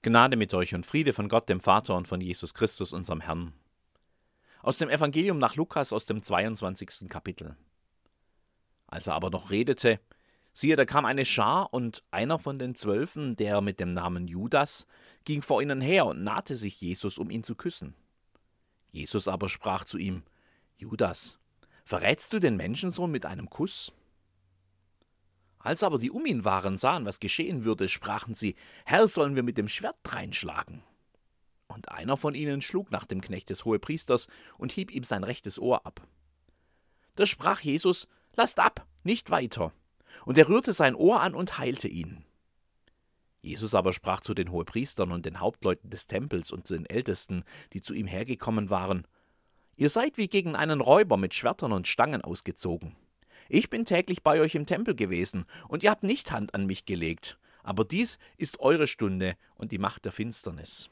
Gnade mit euch und Friede von Gott, dem Vater und von Jesus Christus, unserem Herrn. Aus dem Evangelium nach Lukas aus dem 22. Kapitel. Als er aber noch redete, siehe, da kam eine Schar, und einer von den 12, der mit dem Namen Judas, ging vor ihnen her und nahte sich Jesus, um ihn zu küssen. Jesus aber sprach zu ihm: Judas, verrätst du den Menschensohn mit einem Kuss? Als aber die um ihn waren, sahen, was geschehen würde, sprachen sie: Herr, sollen wir mit dem Schwert dreinschlagen? Und einer von ihnen schlug nach dem Knecht des Hohepriesters und hieb ihm sein rechtes Ohr ab. Da sprach Jesus: Lasst ab, nicht weiter. Und er rührte sein Ohr an und heilte ihn. Jesus aber sprach zu den Hohepriestern und den Hauptleuten des Tempels und zu den Ältesten, die zu ihm hergekommen waren: Ihr seid wie gegen einen Räuber mit Schwertern und Stangen ausgezogen. Ich bin täglich bei euch im Tempel gewesen, und ihr habt nicht Hand an mich gelegt. Aber dies ist eure Stunde und die Macht der Finsternis.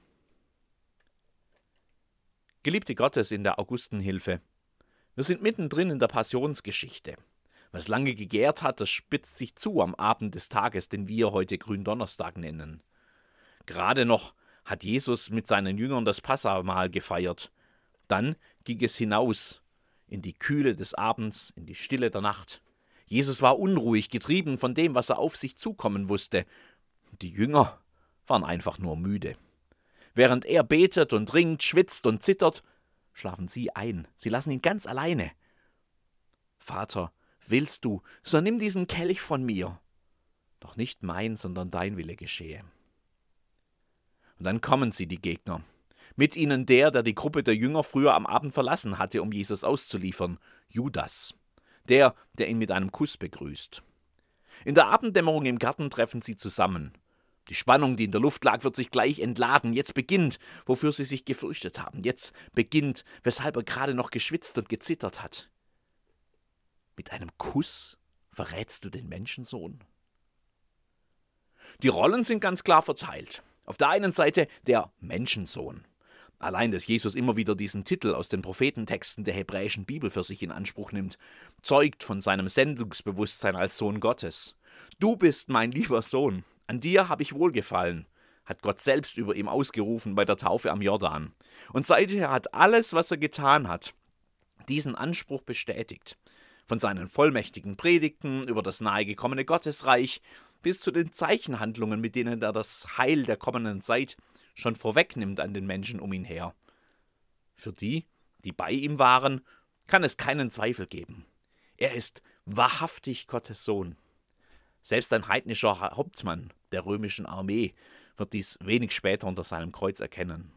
Geliebte Gottes in der Augustenhilfe, wir sind mittendrin in der Passionsgeschichte. Was lange gegärt hat, das spitzt sich zu am Abend des Tages, den wir heute Gründonnerstag nennen. Gerade noch hat Jesus mit seinen Jüngern das Passahmahl gefeiert. Dann ging es hinaus in die Kühle des Abends, in die Stille der Nacht. Jesus war unruhig, getrieben von dem, was er auf sich zukommen wusste. Die Jünger waren einfach nur müde. Während er betet und ringt, schwitzt und zittert, schlafen sie ein. Sie lassen ihn ganz alleine. Vater, willst du, so nimm diesen Kelch von mir. Doch nicht mein, sondern dein Wille geschehe. Und dann kommen sie, die Gegner. Mit ihnen der die Gruppe der Jünger früher am Abend verlassen hatte, um Jesus auszuliefern, Judas, der ihn mit einem Kuss begrüßt. In der Abenddämmerung im Garten treffen sie zusammen. Die Spannung, die in der Luft lag, wird sich gleich entladen. Jetzt beginnt, wofür sie sich gefürchtet haben. Jetzt beginnt, weshalb er gerade noch geschwitzt und gezittert hat. Mit einem Kuss verrätst du den Menschensohn? Die Rollen sind ganz klar verteilt. Auf der einen Seite der Menschensohn. Allein, dass Jesus immer wieder diesen Titel aus den Prophetentexten der hebräischen Bibel für sich in Anspruch nimmt, zeugt von seinem Sendungsbewusstsein als Sohn Gottes. Du bist mein lieber Sohn, an dir habe ich wohlgefallen, hat Gott selbst über ihm ausgerufen bei der Taufe am Jordan. Und seither hat alles, was er getan hat, diesen Anspruch bestätigt. Von seinen vollmächtigen Predigten über das nahegekommene Gottesreich bis zu den Zeichenhandlungen, mit denen er das Heil der kommenden Zeit schon vorwegnimmt an den Menschen um ihn her. Für die bei ihm waren, kann es keinen Zweifel geben. Er ist wahrhaftig Gottes Sohn. Selbst ein heidnischer Hauptmann der römischen Armee wird dies wenig später unter seinem Kreuz erkennen.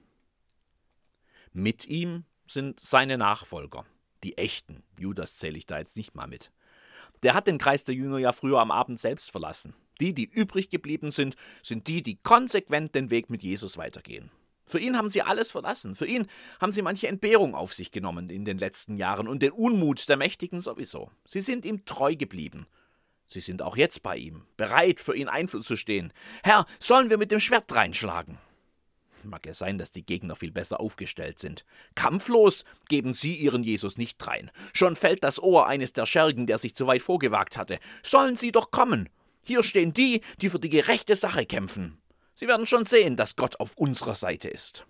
Mit ihm sind seine Nachfolger, die echten. Judas zähle ich da jetzt nicht mal mit. Der hat den Kreis der Jünger ja früher am Abend selbst verlassen. Die übrig geblieben sind, sind die konsequent den Weg mit Jesus weitergehen. Für ihn haben sie alles verlassen. Für ihn haben sie manche Entbehrung auf sich genommen in den letzten Jahren und den Unmut der Mächtigen sowieso. Sie sind ihm treu geblieben. Sie sind auch jetzt bei ihm, bereit, für ihn einzustehen. Herr, sollen wir mit dem Schwert reinschlagen? Mag ja sein, dass die Gegner viel besser aufgestellt sind. Kampflos geben sie ihren Jesus nicht drein. Schon fällt das Ohr eines der Schergen, der sich zu weit vorgewagt hatte. Sollen sie doch kommen. Hier stehen die für die gerechte Sache kämpfen. Sie werden schon sehen, dass Gott auf unserer Seite ist.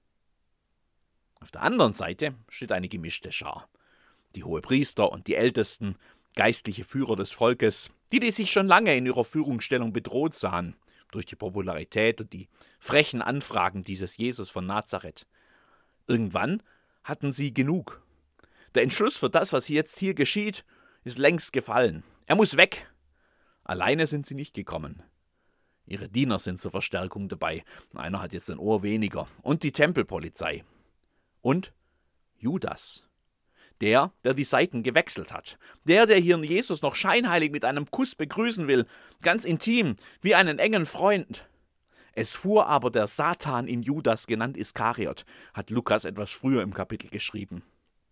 Auf der anderen Seite steht eine gemischte Schar. Die Hohepriester und die Ältesten, geistliche Führer des Volkes, die sich schon lange in ihrer Führungsstellung bedroht sahen, durch die Popularität und die frechen Anfragen dieses Jesus von Nazareth. Irgendwann hatten sie genug. Der Entschluss für das, was jetzt hier geschieht, ist längst gefallen. Er muss weg. Alleine sind sie nicht gekommen. Ihre Diener sind zur Verstärkung dabei. Einer hat jetzt ein Ohr weniger. Und die Tempelpolizei. Und Judas. Der die Seiten gewechselt hat. Der hier Jesus noch scheinheilig mit einem Kuss begrüßen will. Ganz intim, wie einen engen Freund. Es fuhr aber der Satan in Judas, genannt Iskariot, hat Lukas etwas früher im Kapitel geschrieben.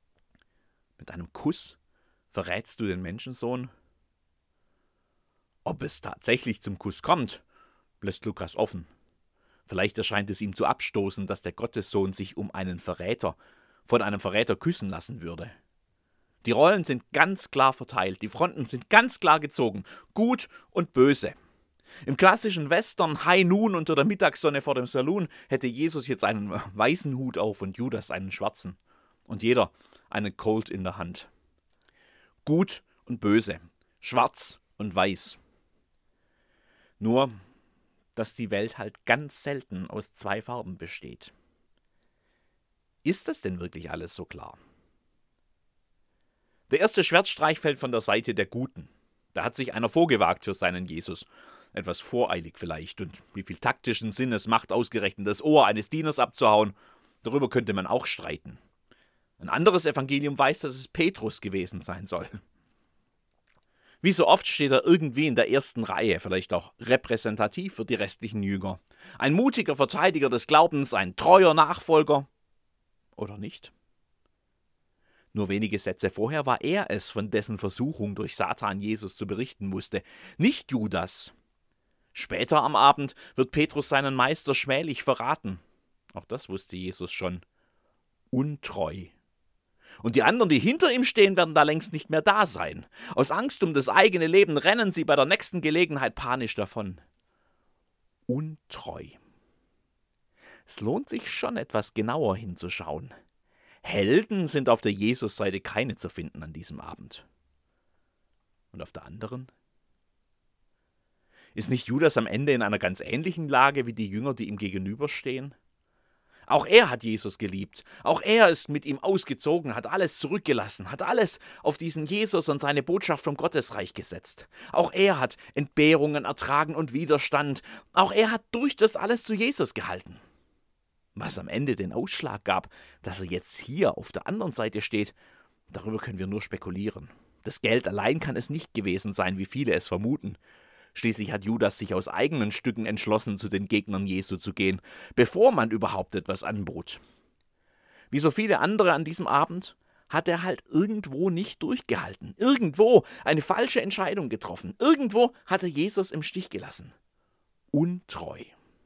Mit einem Kuss verrätst du den Menschensohn? Ob es tatsächlich zum Kuss kommt, lässt Lukas offen. Vielleicht erscheint es ihm zu abstoßend, dass der Gottessohn sich von einem Verräter küssen lassen würde. Die Rollen sind ganz klar verteilt, die Fronten sind ganz klar gezogen, gut und böse. Im klassischen Western High Noon unter der Mittagssonne vor dem Saloon hätte Jesus jetzt einen weißen Hut auf und Judas einen schwarzen. Und jeder einen Colt in der Hand. Gut und böse, schwarz und weiß. Nur, dass die Welt halt ganz selten aus zwei Farben besteht. Ist das denn wirklich alles so klar? Der erste Schwertstreich fällt von der Seite der Guten. Da hat sich einer vorgewagt für seinen Jesus. Etwas voreilig vielleicht, und wie viel taktischen Sinn es macht, ausgerechnet das Ohr eines Dieners abzuhauen, darüber könnte man auch streiten. Ein anderes Evangelium weiß, dass es Petrus gewesen sein soll. Wie so oft steht er irgendwie in der ersten Reihe, vielleicht auch repräsentativ für die restlichen Jünger. Ein mutiger Verteidiger des Glaubens, ein treuer Nachfolger. Oder nicht? Nur wenige Sätze vorher war er es, von dessen Versuchung durch Satan Jesus zu berichten musste, nicht Judas. Später am Abend wird Petrus seinen Meister schmählich verraten. Auch das wusste Jesus schon. Untreu. Und die anderen, die hinter ihm stehen, werden da längst nicht mehr da sein. Aus Angst um das eigene Leben rennen sie bei der nächsten Gelegenheit panisch davon. Untreu. Es lohnt sich schon, etwas genauer hinzuschauen. Helden sind auf der Jesus-Seite keine zu finden an diesem Abend. Und auf der anderen? Ist nicht Judas am Ende in einer ganz ähnlichen Lage wie die Jünger, die ihm gegenüberstehen? Auch er hat Jesus geliebt. Auch er ist mit ihm ausgezogen, hat alles zurückgelassen, hat alles auf diesen Jesus und seine Botschaft vom Gottesreich gesetzt. Auch er hat Entbehrungen ertragen und Widerstand. Auch er hat durch das alles zu Jesus gehalten. Was am Ende den Ausschlag gab, dass er jetzt hier auf der anderen Seite steht, darüber können wir nur spekulieren. Das Geld allein kann es nicht gewesen sein, wie viele es vermuten. Schließlich hat Judas sich aus eigenen Stücken entschlossen, zu den Gegnern Jesu zu gehen, bevor man überhaupt etwas anbot. Wie so viele andere an diesem Abend hat er halt irgendwo nicht durchgehalten. Irgendwo eine falsche Entscheidung getroffen. Irgendwo hat er Jesus im Stich gelassen. Untreu.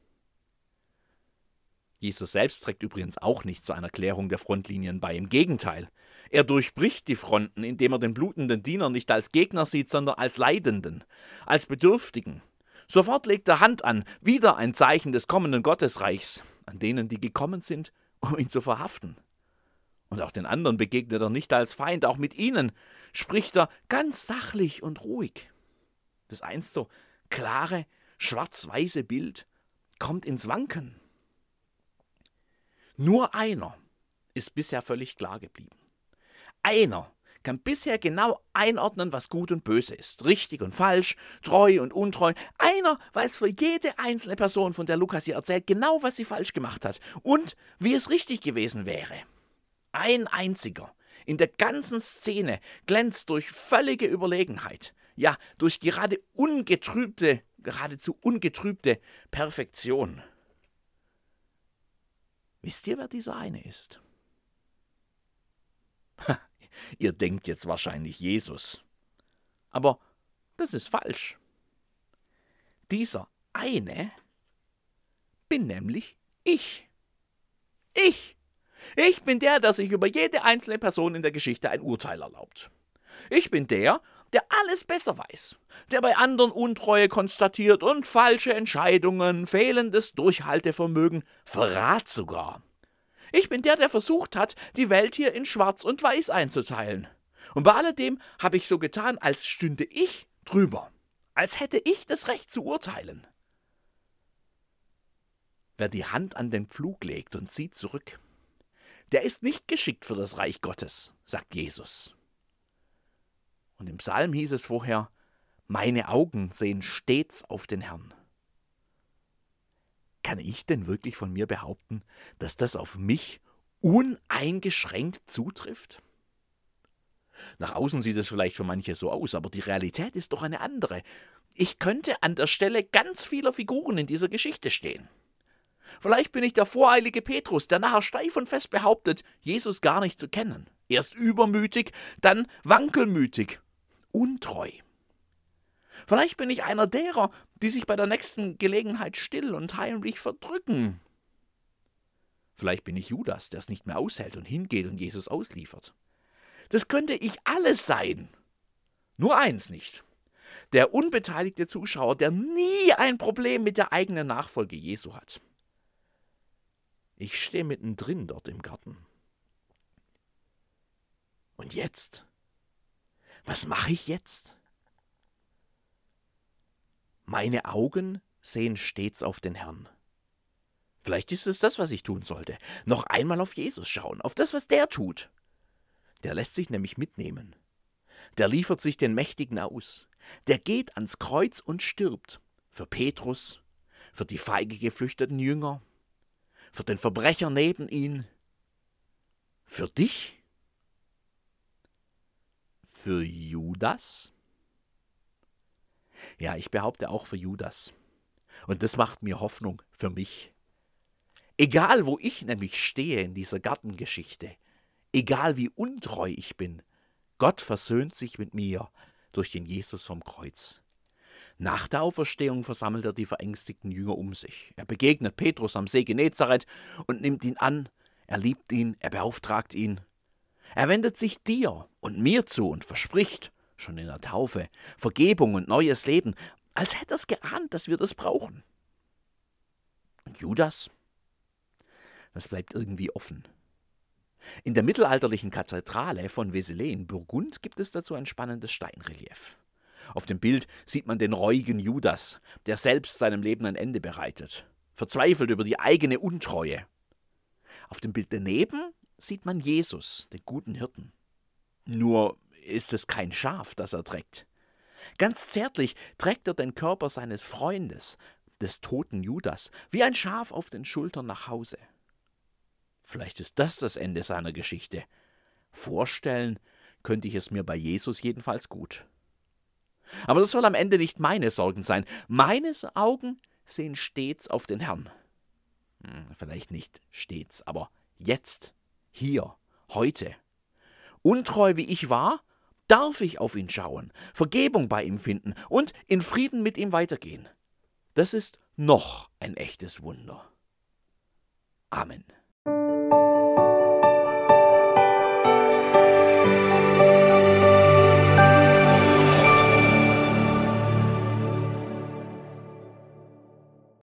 Jesus selbst trägt übrigens auch nicht zu einer Klärung der Frontlinien bei. Im Gegenteil. Er durchbricht die Fronten, indem er den blutenden Diener nicht als Gegner sieht, sondern als Leidenden, als Bedürftigen. Sofort legt er Hand an, wieder ein Zeichen des kommenden Gottesreichs, an denen, die gekommen sind, um ihn zu verhaften. Und auch den anderen begegnet er nicht als Feind, auch mit ihnen spricht er ganz sachlich und ruhig. Das einst so klare, schwarz-weiße Bild kommt ins Wanken. Nur einer ist bisher völlig klar geblieben. Einer kann bisher genau einordnen, was gut und böse ist, richtig und falsch, treu und untreu. Einer weiß für jede einzelne Person, von der Lukas hier erzählt, genau, was sie falsch gemacht hat und wie es richtig gewesen wäre. Ein einziger in der ganzen Szene glänzt durch völlige Überlegenheit, ja, durch geradezu ungetrübte Perfektion. Wisst ihr, wer dieser eine ist? Ihr denkt jetzt wahrscheinlich Jesus. Aber das ist falsch. Dieser eine bin nämlich ich. Ich bin der sich über jede einzelne Person in der Geschichte ein Urteil erlaubt. Ich bin der alles besser weiß, der bei anderen Untreue konstatiert und falsche Entscheidungen, fehlendes Durchhaltevermögen, Verrat sogar. Ich bin der versucht hat, die Welt hier in Schwarz und Weiß einzuteilen. Und bei alledem habe ich so getan, als stünde ich drüber, als hätte ich das Recht zu urteilen. Wer die Hand an den Pflug legt und zieht zurück, der ist nicht geschickt für das Reich Gottes, sagt Jesus. Und im Psalm hieß es vorher, meine Augen sehen stets auf den Herrn. Kann ich denn wirklich von mir behaupten, dass das auf mich uneingeschränkt zutrifft? Nach außen sieht es vielleicht für manche so aus, aber die Realität ist doch eine andere. Ich könnte an der Stelle ganz vieler Figuren in dieser Geschichte stehen. Vielleicht bin ich der voreilige Petrus, der nachher steif und fest behauptet, Jesus gar nicht zu kennen. Erst übermütig, dann wankelmütig, untreu. Vielleicht bin ich einer derer, die sich bei der nächsten Gelegenheit still und heimlich verdrücken. Vielleicht bin ich Judas, der es nicht mehr aushält und hingeht und Jesus ausliefert. Das könnte ich alles sein. Nur eins nicht. Der unbeteiligte Zuschauer, der nie ein Problem mit der eigenen Nachfolge Jesu hat. Ich stehe mittendrin dort im Garten. Und jetzt? Was mache ich jetzt? Meine Augen sehen stets auf den Herrn. Vielleicht ist es das, was ich tun sollte. Noch einmal auf Jesus schauen, auf das, was der tut. Der lässt sich nämlich mitnehmen. Der liefert sich den Mächtigen aus. Der geht ans Kreuz und stirbt. Für Petrus, für die feige geflüchteten Jünger, für den Verbrecher neben ihn, für dich, für Judas. Ja, ich behaupte auch für Judas. Und das macht mir Hoffnung für mich. Egal, wo ich nämlich stehe in dieser Gartengeschichte, egal wie untreu ich bin, Gott versöhnt sich mit mir durch den Jesus vom Kreuz. Nach der Auferstehung versammelt er die verängstigten Jünger um sich. Er begegnet Petrus am See Genezareth und nimmt ihn an. Er liebt ihn, er beauftragt ihn. Er wendet sich dir und mir zu und verspricht, schon in der Taufe, Vergebung und neues Leben, als hätte er es geahnt, dass wir das brauchen. Und Judas? Das bleibt irgendwie offen. In der mittelalterlichen Kathedrale von Vézelay in Burgund gibt es dazu ein spannendes Steinrelief. Auf dem Bild sieht man den reuigen Judas, der selbst seinem Leben ein Ende bereitet, verzweifelt über die eigene Untreue. Auf dem Bild daneben sieht man Jesus, den guten Hirten. Nur ist es kein Schaf, das er trägt. Ganz zärtlich trägt er den Körper seines Freundes, des toten Judas, wie ein Schaf auf den Schultern nach Hause. Vielleicht ist das Ende seiner Geschichte. Vorstellen könnte ich es mir bei Jesus jedenfalls gut. Aber das soll am Ende nicht meine Sorgen sein. Meine Augen sehen stets auf den Herrn. Vielleicht nicht stets, aber jetzt, hier, heute. Untreu wie ich war, darf ich auf ihn schauen, Vergebung bei ihm finden und in Frieden mit ihm weitergehen. Das ist noch ein echtes Wunder. Amen.